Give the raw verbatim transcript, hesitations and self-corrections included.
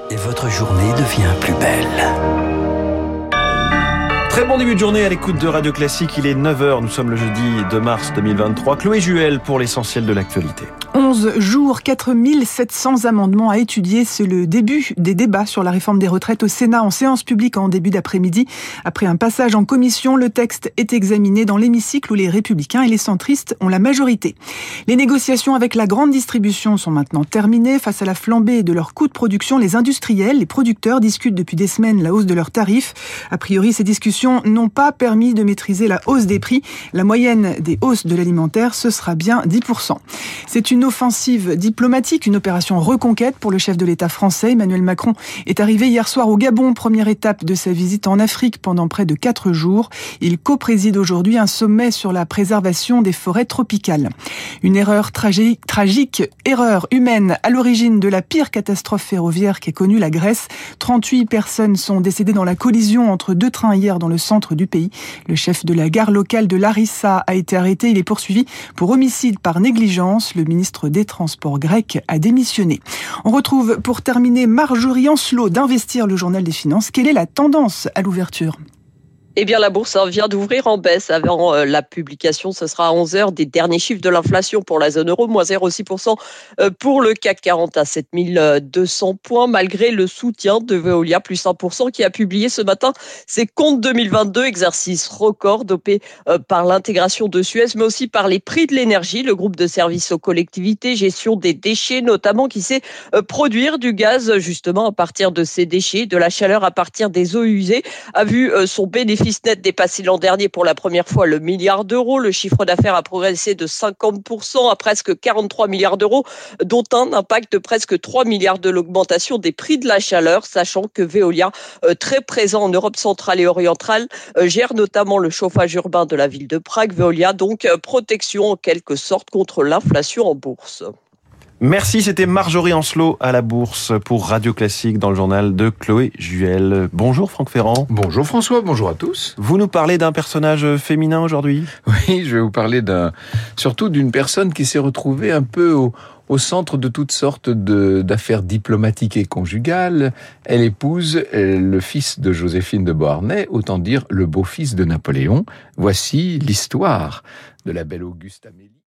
et votre journée devient plus belle. Très bon début de journée à l'écoute de Radio Classique. Il est neuf heures, nous sommes le jeudi deux mars deux mille vingt-trois. Chloé Juel pour l'essentiel de l'actualité. onze jours, quatre mille sept cents amendements à étudier. C'est le début des débats sur la réforme des retraites au Sénat en séance publique en début d'après-midi. Après un passage en commission, le texte est examiné dans l'hémicycle où les Républicains et les centristes ont la majorité. Les négociations avec la grande distribution sont maintenant terminées. Face à la flambée de leurs coûts de production, les industriels, les producteurs discutent depuis des semaines la hausse de leurs tarifs. A priori, ces discussions n'ont pas permis de maîtriser la hausse des prix. La moyenne des hausses de l'alimentaire, ce sera bien dix pour cent. C'est une offensive diplomatique, une opération reconquête pour le chef de l'État français. Emmanuel Macron est arrivé hier soir au Gabon, première étape de sa visite en Afrique pendant près de quatre jours. Il co-préside aujourd'hui un sommet sur la préservation des forêts tropicales. Une erreur tragique, tragique, erreur humaine à l'origine de la pire catastrophe ferroviaire qu'ait connue la Grèce. trente-huit personnes sont décédées dans la collision entre deux trains hier dans le centre du pays. Le chef de la gare locale de Larissa a été arrêté. Il est poursuivi pour homicide par négligence. Le ministre des Transports grec a démissionné. On retrouve pour terminer Marjorie Ancelot d'Investir, le journal des finances. Quelle est la tendance à l'ouverture ? Eh bien, la bourse vient d'ouvrir en baisse avant la publication. Ce sera à onze heures des derniers chiffres de l'inflation pour la zone euro, moins zéro virgule six pour cent pour le C A C quarante à sept mille deux cents points, malgré le soutien de Veolia, plus un pour cent, qui a publié ce matin ses comptes deux mille vingt-deux, exercice record dopé par l'intégration de Suez, mais aussi par les prix de l'énergie. Le groupe de services aux collectivités, gestion des déchets notamment, qui sait produire du gaz justement à partir de ces déchets, de la chaleur à partir des eaux usées, a vu son bénéfice net dépassé l'an dernier pour la première fois le milliard d'euros. Le chiffre d'affaires a progressé de cinquante pour cent à presque quarante-trois milliards d'euros, dont un impact de presque trois milliards de l'augmentation des prix de la chaleur, sachant que Veolia, très présent en Europe centrale et orientale, gère notamment le chauffage urbain de la ville de Prague. Veolia, donc, protection en quelque sorte contre l'inflation en bourse. Merci, c'était Marjorie Ancelot à la bourse pour Radio Classique dans le journal de Chloé Juel. Bonjour Franck Ferrand. Bonjour François, bonjour à tous. Vous nous parlez d'un personnage féminin aujourd'hui ? Oui, je vais vous parler d'un, surtout d'une personne qui s'est retrouvée un peu au, au centre de toutes sortes de, d'affaires diplomatiques et conjugales. Elle épouse le fils de Joséphine de Beauharnais, autant dire le beau-fils de Napoléon. Voici l'histoire de la belle Auguste Amélie.